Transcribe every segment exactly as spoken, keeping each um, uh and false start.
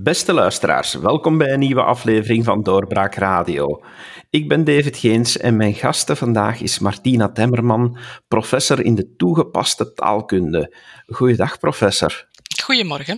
Beste luisteraars, welkom bij een nieuwe aflevering van Doorbraak Radio. Ik ben David Geens en mijn gaste vandaag is Martina Temmerman, professor in de toegepaste taalkunde. Goeiedag, professor. Goedemorgen.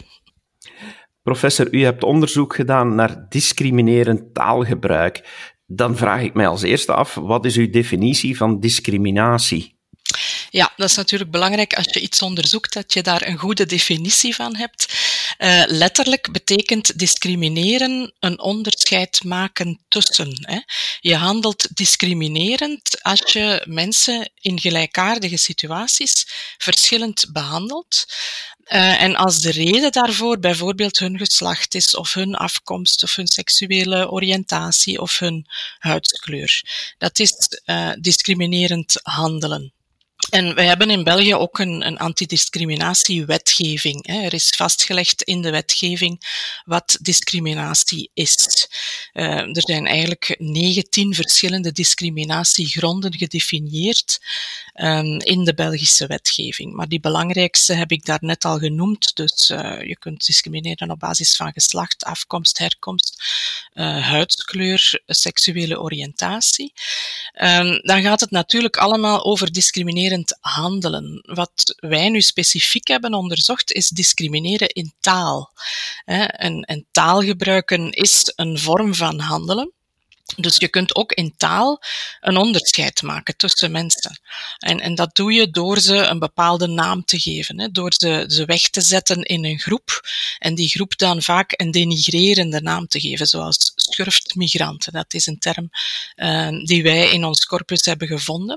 Professor, u hebt onderzoek gedaan naar discriminerend taalgebruik. Dan vraag ik mij als eerste af, wat is uw definitie van discriminatie? Ja, dat is natuurlijk belangrijk als je iets onderzoekt, dat je daar een goede definitie van hebt. Uh, letterlijk betekent discrimineren een onderscheid maken tussen. Hè. Je handelt discriminerend als je mensen in gelijkaardige situaties verschillend behandelt. Uh, en als de reden daarvoor bijvoorbeeld hun geslacht is, of hun afkomst, of hun seksuele oriëntatie, of hun huidskleur. Dat is uh, discriminerend handelen. En wij hebben in België ook een, een antidiscriminatiewetgeving. Hè. Er is vastgelegd in de wetgeving wat discriminatie is. Uh, er zijn eigenlijk negentien verschillende discriminatiegronden gedefinieerd um, in de Belgische wetgeving. Maar die belangrijkste heb ik daarnet al genoemd. Dus uh, je kunt discrimineren op basis van geslacht, afkomst, herkomst, uh, huidskleur, seksuele oriëntatie. Um, dan gaat het natuurlijk allemaal over discrimineren handelen. Wat wij nu specifiek hebben onderzocht is discrimineren in taal. En, en taal gebruiken is een vorm van handelen. Dus je kunt ook in taal een onderscheid maken tussen mensen. En, en dat doe je door ze een bepaalde naam te geven, hè, door ze, ze weg te zetten in een groep en die groep dan vaak een denigrerende naam te geven, zoals schurftmigranten. Dat is een term uh, die wij in ons corpus hebben gevonden.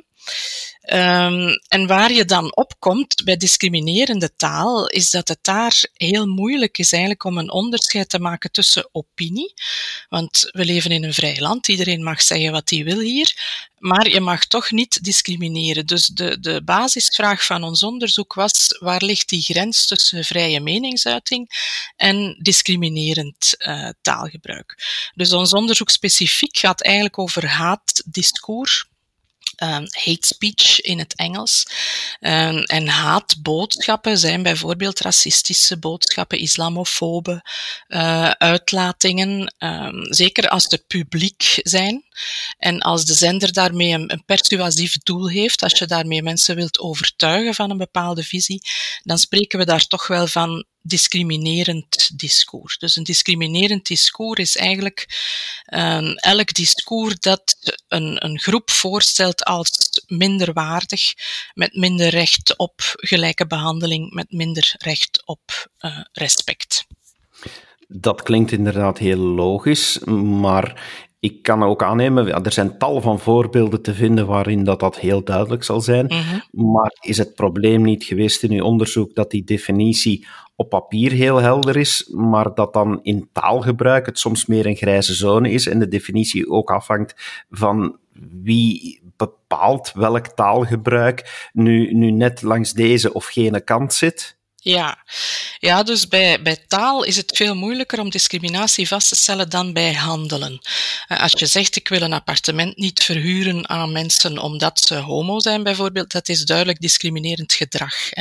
Um, en waar je dan opkomt bij discriminerende taal, is dat het daar heel moeilijk is eigenlijk om een onderscheid te maken tussen opinie, want we leven in een vrij land, iedereen mag zeggen wat hij wil hier, maar je mag toch niet discrimineren. Dus de, de basisvraag van ons onderzoek was, waar ligt die grens tussen vrije meningsuiting en discriminerend uh, taalgebruik? Dus ons onderzoek specifiek gaat eigenlijk over haatdiscours, Um, hate speech in het Engels. Um, en haatboodschappen zijn bijvoorbeeld racistische boodschappen, islamofobe uh, uitlatingen, um, zeker als er publiek zijn en als de zender daarmee een, een persuasief doel heeft, als je daarmee mensen wilt overtuigen van een bepaalde visie, dan spreken we daar toch wel van discriminerend discours. Dus een discriminerend discours is eigenlijk um, elk discours dat een, een groep voorstelt als minderwaardig, met minder recht op gelijke behandeling, met minder recht op uh, respect. Dat klinkt inderdaad heel logisch, maar ik kan ook aannemen, er zijn tal van voorbeelden te vinden waarin dat, dat heel duidelijk zal zijn, mm-hmm. Maar is het probleem niet geweest in uw onderzoek dat die definitie op papier heel helder is, maar dat dan in taalgebruik het soms meer een grijze zone is en de definitie ook afhangt van wie bepaalt welk taalgebruik nu, nu net langs deze of gene kant zit? Ja, ja dus bij, bij taal is het veel moeilijker om discriminatie vast te stellen dan bij handelen. Als je zegt, ik wil een appartement niet verhuren aan mensen omdat ze homo zijn bijvoorbeeld, dat is duidelijk discriminerend gedrag. Hè.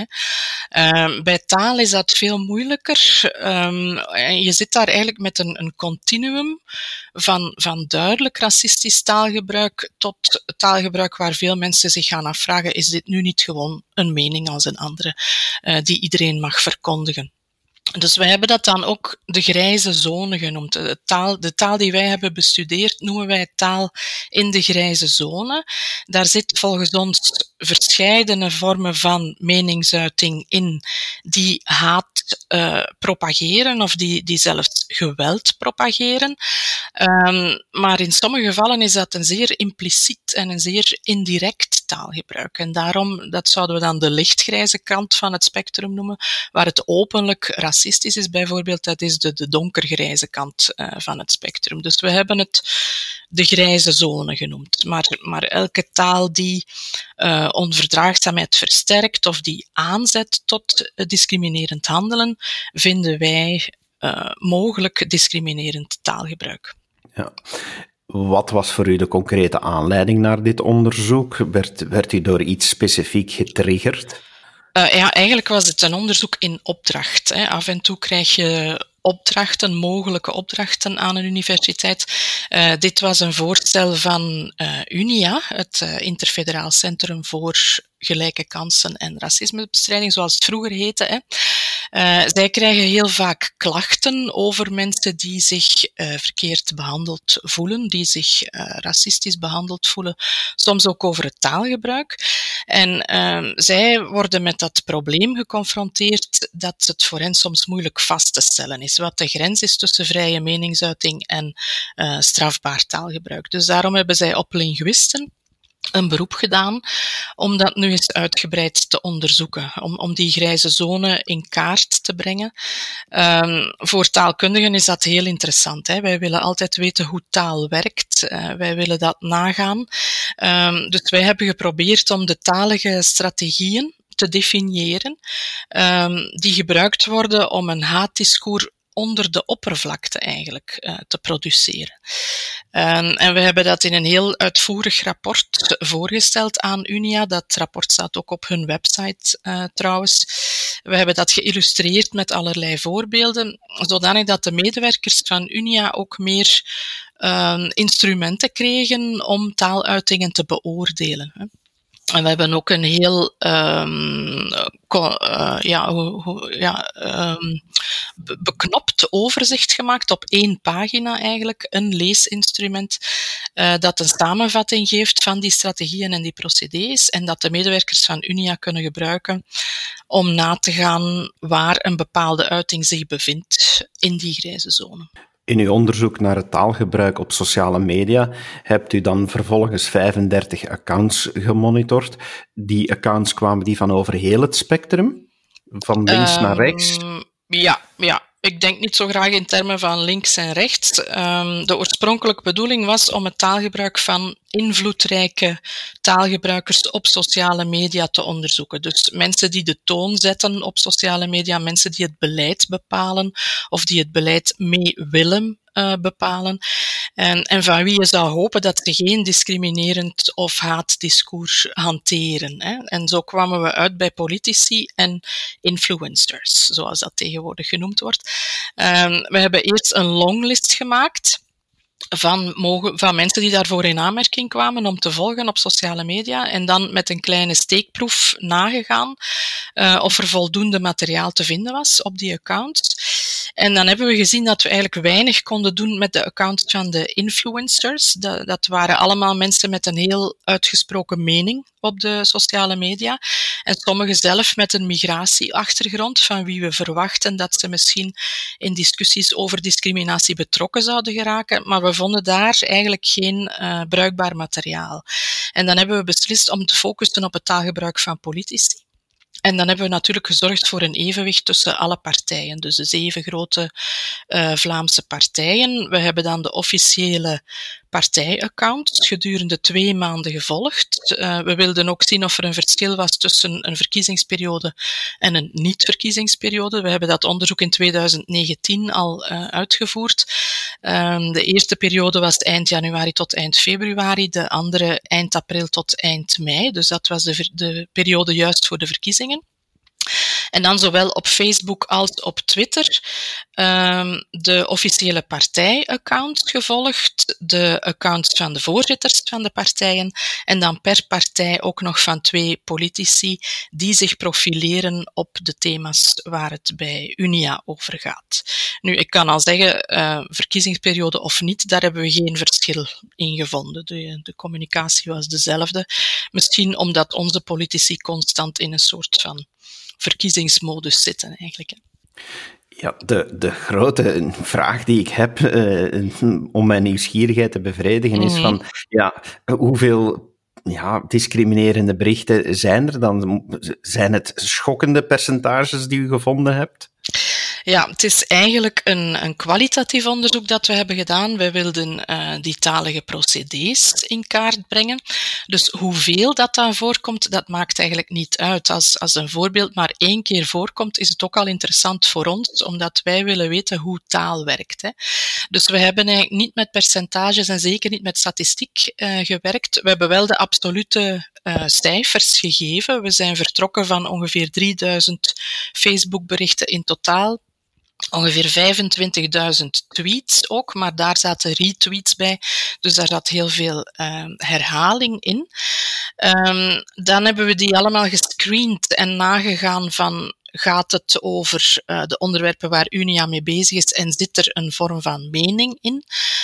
Um, bij taal is dat veel moeilijker. Um, en je zit daar eigenlijk met een, een continuum van, van duidelijk racistisch taalgebruik tot taalgebruik waar veel mensen zich gaan afvragen, is dit nu niet gewoon een mening als een andere, uh, die iedereen mag verkondigen. Dus wij hebben dat dan ook de grijze zone genoemd. De taal, de taal die wij hebben bestudeerd noemen wij taal in de grijze zone. Daar zit volgens ons verscheidene vormen van meningsuiting in die haat uh, propageren of die, die zelfs geweld propageren. Um, maar in sommige gevallen is dat een zeer impliciet en een zeer indirect taalgebruik. En daarom, dat zouden we dan de lichtgrijze kant van het spectrum noemen, waar het openlijk racistisch is bijvoorbeeld, dat is de, de donkergrijze kant uh, van het spectrum. Dus we hebben het de grijze zone genoemd. Maar, maar elke taal die uh, onverdraagzaamheid versterkt of die aanzet tot uh, discriminerend handelen, vinden wij uh, mogelijk discriminerend taalgebruik. Ja. Wat was voor u de concrete aanleiding naar dit onderzoek? Werd, werd u door iets specifiek getriggerd? Uh, ja, eigenlijk was het een onderzoek in opdracht. Hè. Af en toe krijg je opdrachten, mogelijke opdrachten aan een universiteit. Uh, dit was een voorstel van uh, UNIA, het uh, Interfederaal Centrum voor Gelijke Kansen en Racismebestrijding, zoals het vroeger heette. Hè. Uh, zij krijgen heel vaak klachten over mensen die zich uh, verkeerd behandeld voelen, die zich uh, racistisch behandeld voelen, soms ook over het taalgebruik. En uh, zij worden met dat probleem geconfronteerd dat het voor hen soms moeilijk vast te stellen is, wat de grens is tussen vrije meningsuiting en uh, strafbaar taalgebruik. Dus daarom hebben zij op linguisten een beroep gedaan om dat nu eens uitgebreid te onderzoeken, om, om die grijze zone in kaart te brengen. Um, voor taalkundigen is dat heel interessant. Hè. Wij willen altijd weten hoe taal werkt. Uh, wij willen dat nagaan. Um, dus wij hebben geprobeerd om de talige strategieën te definiëren, um, die gebruikt worden om een haatdiscours onder de oppervlakte eigenlijk uh, te produceren. Um, en we hebben dat in een heel uitvoerig rapport voorgesteld aan UNIA. Dat rapport staat ook op hun website uh, trouwens. We hebben dat geïllustreerd met allerlei voorbeelden, zodanig dat de medewerkers van UNIA ook meer um, instrumenten kregen om taaluitingen te beoordelen. Hè. En we hebben ook een heel um, ko, uh, ja, ho, ho, ja, um, beknopt overzicht gemaakt op één pagina eigenlijk, een leesinstrument uh, dat een samenvatting geeft van die strategieën en die procedés en dat de medewerkers van UNIA kunnen gebruiken om na te gaan waar een bepaalde uiting zich bevindt in die grijze zone. In uw onderzoek naar het taalgebruik op sociale media hebt u dan vervolgens vijfendertig accounts gemonitord. Die accounts kwamen die van over heel het spectrum? Van links um, naar rechts? Ja, ja. Ik denk niet zo graag in termen van links en rechts. Um, de oorspronkelijke bedoeling was om het taalgebruik van invloedrijke taalgebruikers op sociale media te onderzoeken. Dus mensen die de toon zetten op sociale media, mensen die het beleid bepalen of die het beleid mee willen uh, bepalen. En, en van wie je zou hopen dat ze geen discriminerend of haatdiscours hanteren. Hè. En zo kwamen we uit bij politici en influencers, zoals dat tegenwoordig genoemd wordt. Um, we hebben eerst een longlist gemaakt van, mogen, van mensen die daarvoor in aanmerking kwamen om te volgen op sociale media en dan met een kleine steekproef nagegaan uh, of er voldoende materiaal te vinden was op die accounts. En dan hebben we gezien dat we eigenlijk weinig konden doen met de accounts van de influencers. Dat, dat waren allemaal mensen met een heel uitgesproken mening op de sociale media. En sommigen zelf met een migratieachtergrond, van wie we verwachten dat ze misschien in discussies over discriminatie betrokken zouden geraken. Maar we vonden daar eigenlijk geen uh, bruikbaar materiaal. En dan hebben we beslist om te focussen op het taalgebruik van politici. En dan hebben we natuurlijk gezorgd voor een evenwicht tussen alle partijen. Dus de zeven grote uh, Vlaamse partijen. We hebben dan de officiële partijaccounts gedurende twee maanden gevolgd. Uh, we wilden ook zien of er een verschil was tussen een verkiezingsperiode en een niet-verkiezingsperiode. We hebben dat onderzoek in tweeduizend negentien al uh, uitgevoerd. Um, de eerste periode was eind januari tot eind februari, de andere eind april tot eind mei. Dus dat was de, de periode juist voor de verkiezingen. En dan zowel op Facebook als op Twitter um, de officiële partijaccounts gevolgd, de accounts van de voorzitters van de partijen en dan per partij ook nog van twee politici die zich profileren op de thema's waar het bij UNIA over gaat. Nu, ik kan al zeggen, uh, verkiezingsperiode of niet, daar hebben we geen verschil in gevonden. De, de communicatie was dezelfde. Misschien omdat onze politici constant in een soort van verkiezingsmodus zitten eigenlijk. Ja, de, de grote vraag die ik heb uh, om mijn nieuwsgierigheid te bevredigen is van, ja, hoeveel ja, discriminerende berichten zijn er dan? Zijn het schokkende percentages die u gevonden hebt? Ja, het is eigenlijk een, een kwalitatief onderzoek dat we hebben gedaan. Wij wilden uh, die talige procedés in kaart brengen. Dus hoeveel dat dan voorkomt, dat maakt eigenlijk niet uit. Als, als een voorbeeld maar één keer voorkomt, is het ook al interessant voor ons, omdat wij willen weten hoe taal werkt. Hè. Dus we hebben eigenlijk niet met percentages en zeker niet met statistiek uh, gewerkt. We hebben wel de absolute uh, cijfers gegeven. We zijn vertrokken van ongeveer drieduizend Facebook-berichten in totaal ongeveer vijfentwintigduizend tweets ook, maar daar zaten retweets bij, dus daar zat heel veel uh, herhaling in. Um, dan hebben we die allemaal gescreend en nagegaan van, gaat het over uh, de onderwerpen waar Unia mee bezig is en zit er een vorm van mening in?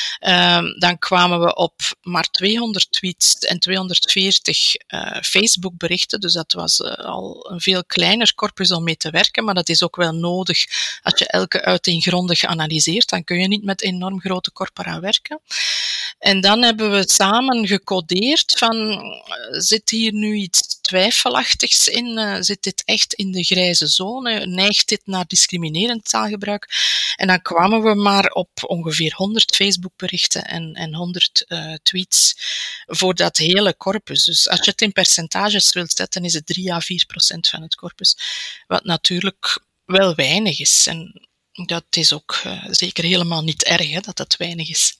Um, dan kwamen we op maar tweehonderd tweets en tweehonderdveertig uh, Facebook-berichten, dus dat was uh, al een veel kleiner corpus om mee te werken, maar dat is ook wel nodig. Als je elke uiting grondig analyseert, dan kun je niet met enorm grote corpora werken. En dan hebben we samen gecodeerd van, zit hier nu iets twijfelachtigs in? Uh, zit dit echt in de grijze zone? Neigt dit naar discriminerend taalgebruik? En dan kwamen we maar op ongeveer honderd Facebookberichten en, en honderd uh, tweets voor dat hele corpus. Dus als je het in percentages wilt zetten, is het drie à vier procent van het corpus. Wat natuurlijk wel weinig is. En dat is ook uh, zeker helemaal niet erg, hè, dat dat weinig is.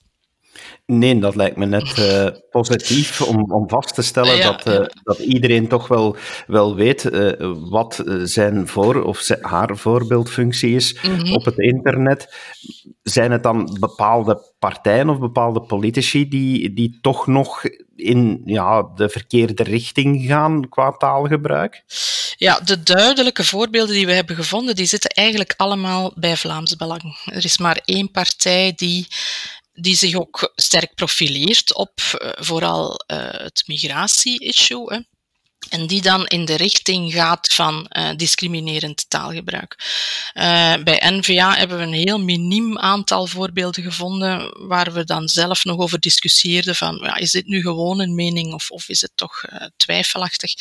Nee, dat lijkt me net uh, positief om, om vast te stellen ja, dat, uh, ja. dat iedereen toch wel, wel weet uh, wat zijn voor- of zijn, haar voorbeeldfunctie is mm-hmm. op het internet. Zijn het dan bepaalde partijen of bepaalde politici die, die toch nog in ja, de verkeerde richting gaan qua taalgebruik? Ja, de duidelijke voorbeelden die we hebben gevonden, die zitten eigenlijk allemaal bij Vlaams Belang. Er is maar één partij die... die zich ook sterk profileert op uh, vooral uh, het migratie-issue, hè, en die dan in de richting gaat van uh, discriminerend taalgebruik. Uh, bij N V A hebben we een heel miniem aantal voorbeelden gevonden waar we dan zelf nog over discussieerden van, ja, is dit nu gewoon een mening of, of is het toch uh, twijfelachtig?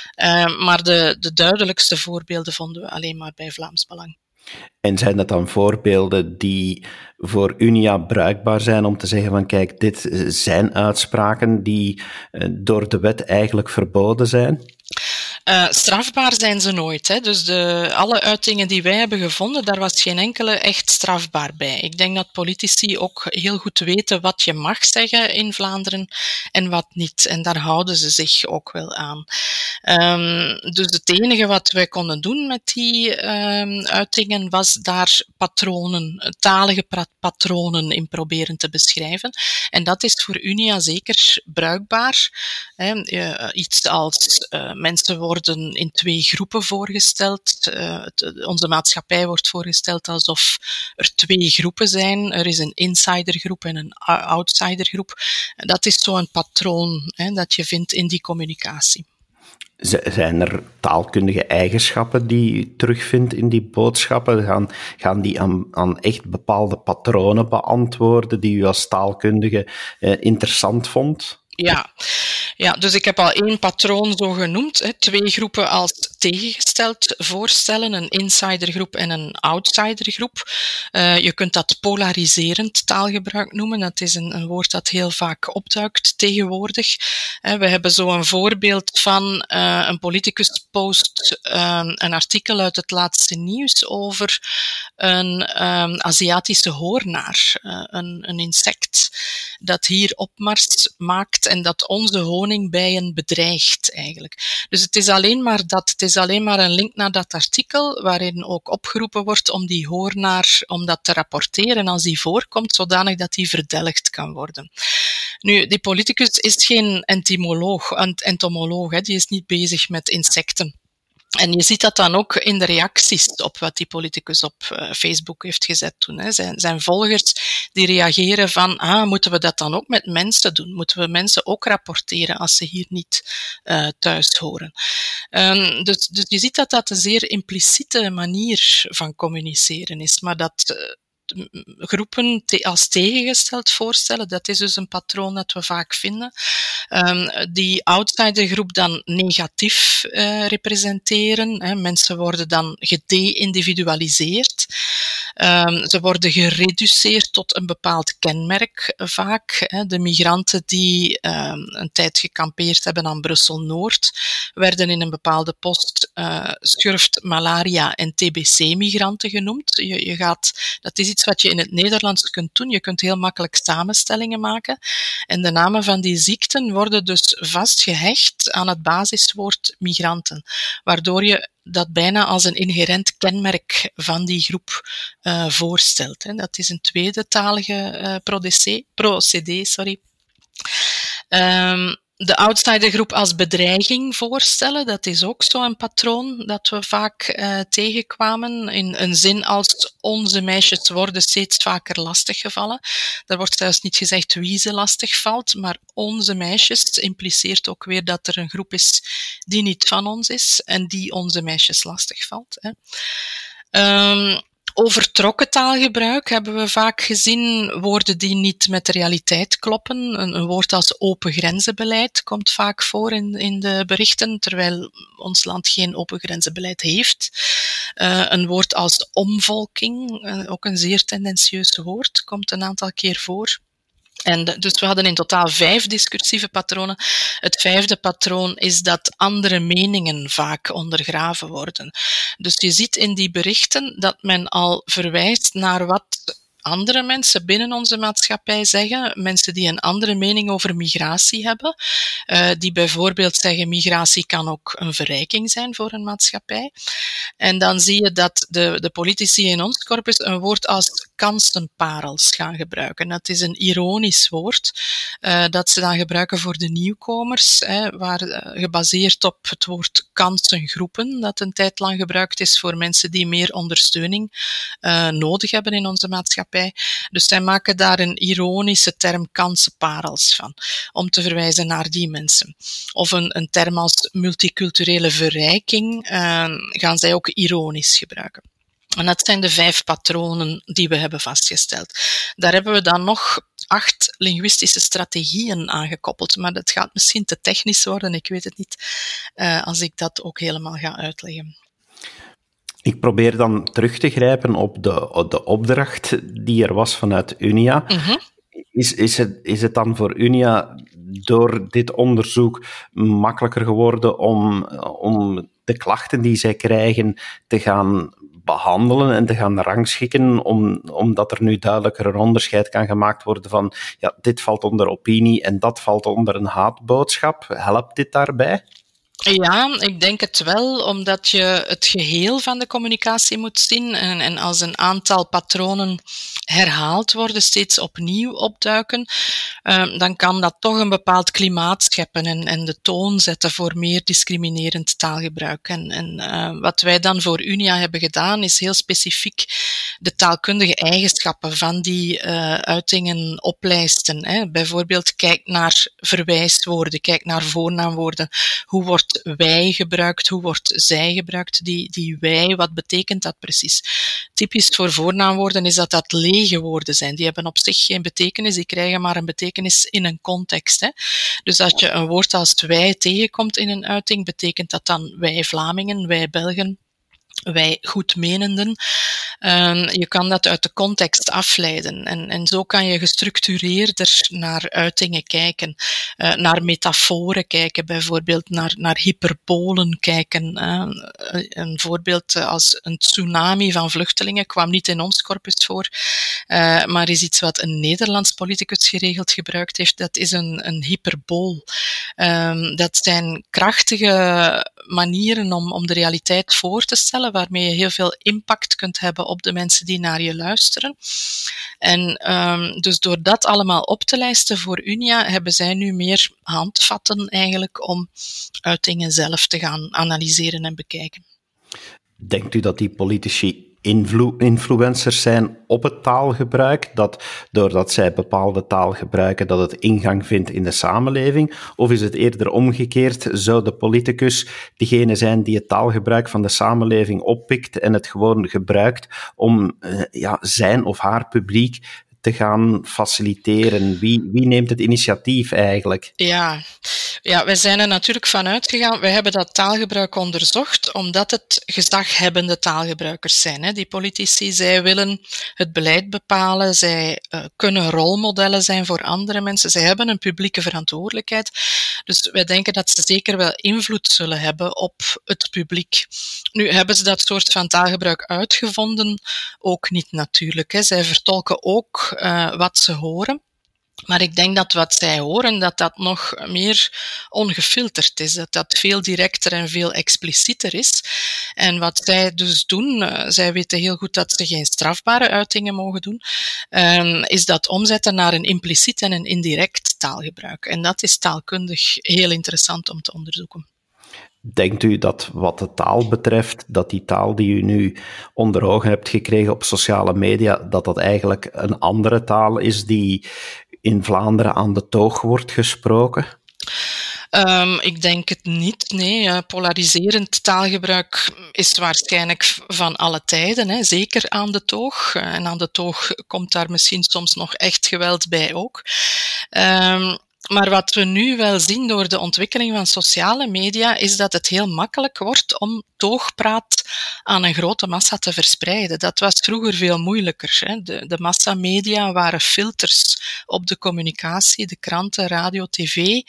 Uh, maar de, de duidelijkste voorbeelden vonden we alleen maar bij Vlaams Belang. En zijn dat dan voorbeelden die voor Unia bruikbaar zijn om te zeggen van kijk, dit zijn uitspraken die door de wet eigenlijk verboden zijn? Uh, strafbaar zijn ze nooit. Hè. Dus de, alle uitingen die wij hebben gevonden, daar was geen enkele echt strafbaar bij. Ik denk dat politici ook heel goed weten wat je mag zeggen in Vlaanderen en wat niet. En daar houden ze zich ook wel aan. Um, dus het enige wat wij konden doen met die um, uitingen was daar patronen, talige patronen in proberen te beschrijven. En dat is voor Unia zeker bruikbaar. Hè. Uh, iets als uh, mensen worden in twee groepen voorgesteld. Uh, het, onze maatschappij wordt voorgesteld alsof er twee groepen zijn. Er is een insidergroep en een outsidergroep. Dat is zo'n patroon hè, dat je vindt in die communicatie. Zijn er taalkundige eigenschappen die je terugvindt in die boodschappen? Gaan, gaan die aan, aan echt bepaalde patronen beantwoorden die u als taalkundige eh, interessant vond? Ja. ja, dus ik heb al één patroon zo genoemd. Hè. Twee groepen als tegengesteld voorstellen, een insidergroep en een outsidergroep. Uh, je kunt dat polariserend taalgebruik noemen. Dat is een, een woord dat heel vaak opduikt tegenwoordig. Uh, we hebben zo een voorbeeld van uh, een politicus post uh, een artikel uit het laatste nieuws over een um, Aziatische hoornaar, uh, een, een insect dat hier opmars maakt en dat onze honingbijen bedreigt eigenlijk. Dus het is alleen maar dat, het is alleen maar een link naar dat artikel waarin ook opgeroepen wordt om die hoornaar, om dat te rapporteren als die voorkomt, zodanig dat die verdelgd kan worden. Nu, die politicus is geen entomoloog, entomoloog, hè, die is niet bezig met insecten. En je ziet dat dan ook in de reacties op wat die politicus op uh, Facebook heeft gezet toen. Hè. Zijn, zijn volgers die reageren van, ah, moeten we dat dan ook met mensen doen? Moeten we mensen ook rapporteren als ze hier niet uh, thuis horen? Um, dus, dus je ziet dat dat een zeer impliciete manier van communiceren is, maar dat... Uh, groepen te- als tegengesteld voorstellen, dat is dus een patroon dat we vaak vinden. Um, die outsidergroep dan negatief uh, representeren. Hè. Mensen worden dan gede-individualiseerd. Um, ze worden gereduceerd tot een bepaald kenmerk vaak. Hè. De migranten die um, een tijd gekampeerd hebben aan Brussel-Noord, werden in een bepaalde post uh, schurft, malaria en T B C-migranten genoemd. Je, je gaat, dat is iets wat je in het Nederlands kunt doen. Je kunt heel makkelijk samenstellingen maken. En de namen van die ziekten worden dus vastgehecht aan het basiswoord migranten. Waardoor je dat bijna als een inherent kenmerk van die groep uh, voorstelt. Hè. Dat is een tweede-talige uh, procedé, procedé, sorry. Um, De outsidergroep als bedreiging voorstellen, dat is ook zo'n patroon dat we vaak uh, tegenkwamen. In een zin als onze meisjes worden steeds vaker lastiggevallen. Daar wordt zelfs niet gezegd wie ze lastig valt, maar onze meisjes impliceert ook weer dat er een groep is die niet van ons is en die onze meisjes lastigvalt. Hè. Um, Overtrokken taalgebruik hebben we vaak gezien, woorden die niet met de realiteit kloppen. Een, een woord als open grenzenbeleid komt vaak voor in, in de berichten, terwijl ons land geen open grenzenbeleid heeft. Uh, een woord als omvolking, uh, ook een zeer tendentieus woord, komt een aantal keer voor. En de, dus we hadden in totaal vijf discursieve patronen. Het vijfde patroon is dat andere meningen vaak ondergraven worden. Dus je ziet in die berichten dat men al verwijst naar wat andere mensen binnen onze maatschappij zeggen, mensen die een andere mening over migratie hebben, uh, die bijvoorbeeld zeggen migratie kan ook een verrijking zijn voor een maatschappij. En dan zie je dat de, de politici in ons corpus een woord als kansenparels gaan gebruiken. Dat is een ironisch woord uh, dat ze dan gebruiken voor de nieuwkomers, hè, waar, uh, gebaseerd op het woord kansengroepen, dat een tijd lang gebruikt is voor mensen die meer ondersteuning uh, nodig hebben in onze maatschappij. Dus zij maken daar een ironische term kansenparels van, om te verwijzen naar die mensen. Of een, een term als multiculturele verrijking uh, gaan zij ook ironisch gebruiken. En dat zijn de vijf patronen die we hebben vastgesteld. Daar hebben we dan nog acht linguïstische strategieën aangekoppeld, maar dat gaat misschien te technisch worden, ik weet het niet, uh, als ik dat ook helemaal ga uitleggen. Ik probeer dan terug te grijpen op de, de opdracht die er was vanuit Unia. Mm-hmm. Is, is, het, is het dan voor Unia door dit onderzoek makkelijker geworden om, om de klachten die zij krijgen te gaan behandelen en te gaan rangschikken, om, omdat er nu duidelijker een onderscheid kan gemaakt worden van ja, dit valt onder opinie en dat valt onder een haatboodschap? Helpt dit daarbij? Ja, ik denk het wel, omdat je het geheel van de communicatie moet zien en, en als een aantal patronen herhaald worden, steeds opnieuw opduiken, uh, dan kan dat toch een bepaald klimaat scheppen en, en de toon zetten voor meer discriminerend taalgebruik. En, en uh, wat wij dan voor Unia hebben gedaan, is heel specifiek de taalkundige eigenschappen van die uh, uitingen oplijsten. Hè. Bijvoorbeeld, kijk naar verwijswoorden, kijk naar voornaamwoorden. Hoe wordt wij gebruikt, hoe wordt zij gebruikt? Die, die wij, wat betekent dat precies? Typisch voor voornaamwoorden is dat dat lege woorden zijn. Die hebben op zich geen betekenis, die krijgen maar een betekenis in een context. Hè. Dus als je een woord als wij tegenkomt in een uiting, betekent dat dan wij Vlamingen, wij Belgen, wij goedmenenden. Uh, je kan dat uit de context afleiden. En, en zo kan je gestructureerder naar uitingen kijken. Uh, naar metaforen kijken, bijvoorbeeld naar, naar hyperbolen kijken. Uh, een voorbeeld als een tsunami van vluchtelingen kwam niet in ons corpus voor, uh, maar is iets wat een Nederlands politicus geregeld gebruikt heeft. Dat is een, een hyperbool. Uh, dat zijn krachtige manieren om, om de realiteit voor te stellen, waarmee je heel veel impact kunt hebben op de mensen die naar je luisteren. En um, dus door dat allemaal op te lijsten voor Unia, hebben zij nu meer handvatten eigenlijk om uitingen zelf te gaan analyseren en bekijken. Denkt u dat die politici Influ- influencers zijn op het taalgebruik, dat doordat zij bepaalde taal gebruiken, dat het ingang vindt in de samenleving? Of is het eerder omgekeerd? Zou de politicus degene zijn die het taalgebruik van de samenleving oppikt en het gewoon gebruikt om uh, ja, zijn of haar publiek te gaan faciliteren? Wie, wie neemt het initiatief eigenlijk? Ja, ja, wij zijn er natuurlijk van uitgegaan. Wij hebben dat taalgebruik onderzocht, omdat het gezaghebbende taalgebruikers zijn. Hè. Die politici, zij willen het beleid bepalen, zij uh, kunnen rolmodellen zijn voor andere mensen, zij hebben een publieke verantwoordelijkheid. Dus wij denken dat ze zeker wel invloed zullen hebben op het publiek. Nu hebben ze dat soort van taalgebruik uitgevonden, ook niet natuurlijk. Hè. Zij vertolken ook uh, wat ze horen. Maar ik denk dat wat zij horen, dat dat nog meer ongefilterd is. Dat dat veel directer en veel explicieter is. En wat zij dus doen, uh, zij weten heel goed dat ze geen strafbare uitingen mogen doen, um, is dat omzetten naar een impliciet en een indirect taalgebruik. En dat is taalkundig heel interessant om te onderzoeken. Denkt u dat wat de taal betreft, dat die taal die u nu onder ogen hebt gekregen op sociale media, dat dat eigenlijk een andere taal is die in Vlaanderen aan de toog wordt gesproken? Um, ik denk het niet, nee. Uh, polariserend taalgebruik is waarschijnlijk van alle tijden, hè. Zeker aan de toog. Uh, en aan de toog komt daar misschien soms nog echt geweld bij ook. Um, Maar wat we nu wel zien door de ontwikkeling van sociale media, is dat het heel makkelijk wordt om toogpraat aan een grote massa te verspreiden. Dat was vroeger veel moeilijker. Hè. De, de massamedia waren filters op de communicatie, de kranten, radio, tv, uh,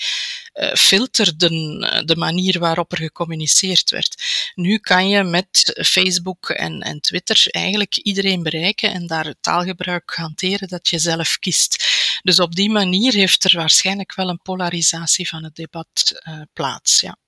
filterden de manier waarop er gecommuniceerd werd. Nu kan je met Facebook en, en Twitter eigenlijk iedereen bereiken en daar het taalgebruik hanteren dat je zelf kiest. Dus op die manier heeft er waarschijnlijk wel een polarisatie van het debat uh, plaats, ja.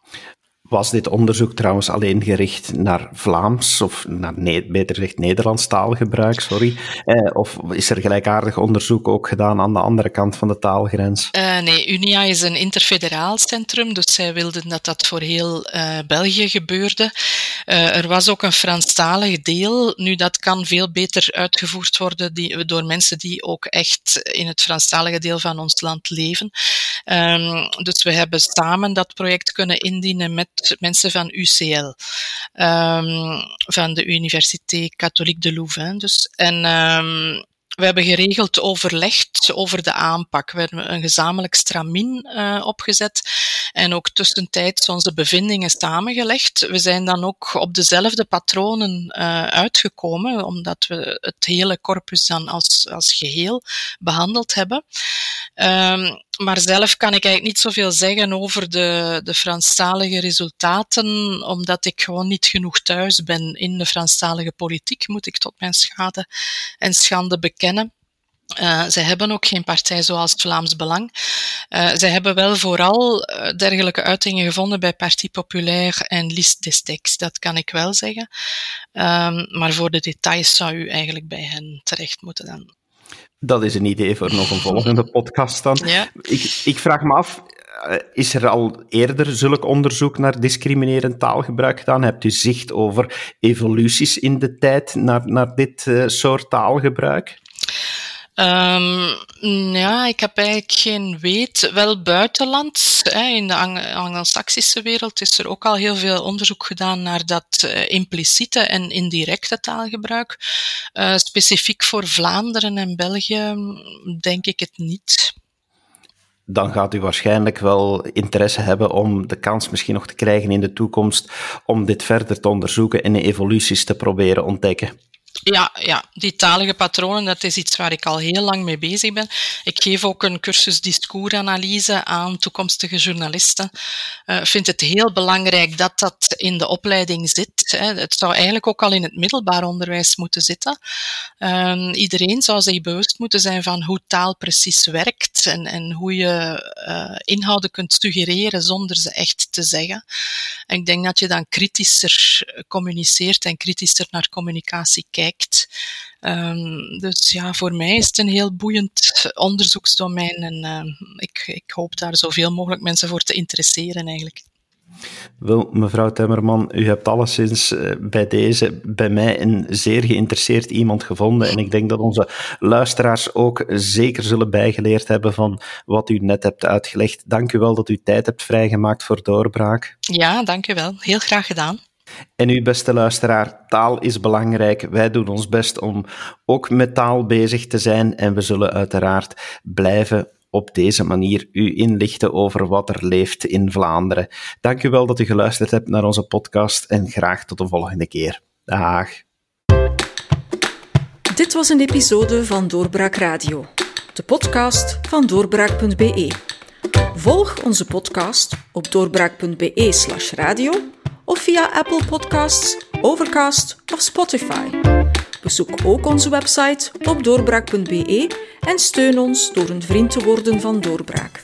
Was dit onderzoek trouwens alleen gericht naar Vlaams, of naar ne- beter gezegd Nederlands taalgebruik, sorry? Eh, of is er gelijkaardig onderzoek ook gedaan aan de andere kant van de taalgrens? Uh, nee, Unia is een interfederaal centrum, dus zij wilden dat dat voor heel uh, België gebeurde. Uh, er was ook een Franstalig deel. Nu, dat kan veel beter uitgevoerd worden die, door mensen die ook echt in het Franstalige deel van ons land leven. Um, dus we hebben samen dat project kunnen indienen met mensen van U C L, um, van de Université Catholique de Louvain. Dus. En um, we hebben geregeld overlegd over de aanpak. We hebben een gezamenlijk stramien uh, opgezet en ook tussentijds onze bevindingen samengelegd. We zijn dan ook op dezelfde patronen uh, uitgekomen, omdat we het hele corpus dan als, als geheel behandeld hebben. Um, maar zelf kan ik eigenlijk niet zoveel zeggen over de, de Franstalige resultaten, omdat ik gewoon niet genoeg thuis ben in de Franstalige politiek, moet ik tot mijn schade en schande bekennen. Uh, zij hebben ook geen partij zoals het Vlaams Belang. Uh, zij hebben wel vooral uh, dergelijke uitingen gevonden bij Parti Populaire en Liste des Textes, dat kan ik wel zeggen. Um, maar voor de details zou u eigenlijk bij hen terecht moeten dan. Dat is een idee voor nog een volgende podcast dan. Ja. Ik, ik vraag me af, is er al eerder zulk onderzoek naar discriminerend taalgebruik gedaan? Hebt u zicht over evoluties in de tijd naar, naar dit uh, soort taalgebruik? Um, ja, ik heb eigenlijk geen weet. Wel buitenlands, hè, in de Ang- Anglo-Saxische wereld is er ook al heel veel onderzoek gedaan naar dat uh, impliciete en indirecte taalgebruik. Uh, specifiek voor Vlaanderen en België denk ik het niet. Dan gaat u waarschijnlijk wel interesse hebben om de kans misschien nog te krijgen in de toekomst om dit verder te onderzoeken en de evoluties te proberen ontdekken. Ja, ja, die talige patronen, dat is iets waar ik al heel lang mee bezig ben. Ik geef ook een cursus discoursanalyse aan toekomstige journalisten. Ik uh, vind het heel belangrijk dat dat in de opleiding zit. Hè. Het zou eigenlijk ook al in het middelbaar onderwijs moeten zitten. Um, iedereen zou zich bewust moeten zijn van hoe taal precies werkt en, en hoe je uh, inhouden kunt suggereren zonder ze echt te zeggen. En ik denk dat je dan kritischer communiceert en kritischer naar communicatie kijkt. Um, dus ja, voor mij is het een heel boeiend onderzoeksdomein en uh, ik, ik hoop daar zoveel mogelijk mensen voor te interesseren eigenlijk. Wel, mevrouw Temmerman, u hebt alleszins uh, bij deze, bij mij, een zeer geïnteresseerd iemand gevonden en ik denk dat onze luisteraars ook zeker zullen bijgeleerd hebben van wat u net hebt uitgelegd. Dank u wel dat u tijd hebt vrijgemaakt voor Doorbraak. Ja, dank u wel. Heel graag gedaan. En u, beste luisteraar, taal is belangrijk. Wij doen ons best om ook met taal bezig te zijn en we zullen uiteraard blijven op deze manier u inlichten over wat er leeft in Vlaanderen. Dank u wel dat u geluisterd hebt naar onze podcast en graag tot de volgende keer. Dag. Dit was een episode van Doorbraak Radio, de podcast van doorbraak punt b e. Volg onze podcast op doorbraak punt b e slash radio of via Apple Podcasts, Overcast of Spotify. Bezoek ook onze website op doorbraak punt be en steun ons door een vriend te worden van Doorbraak.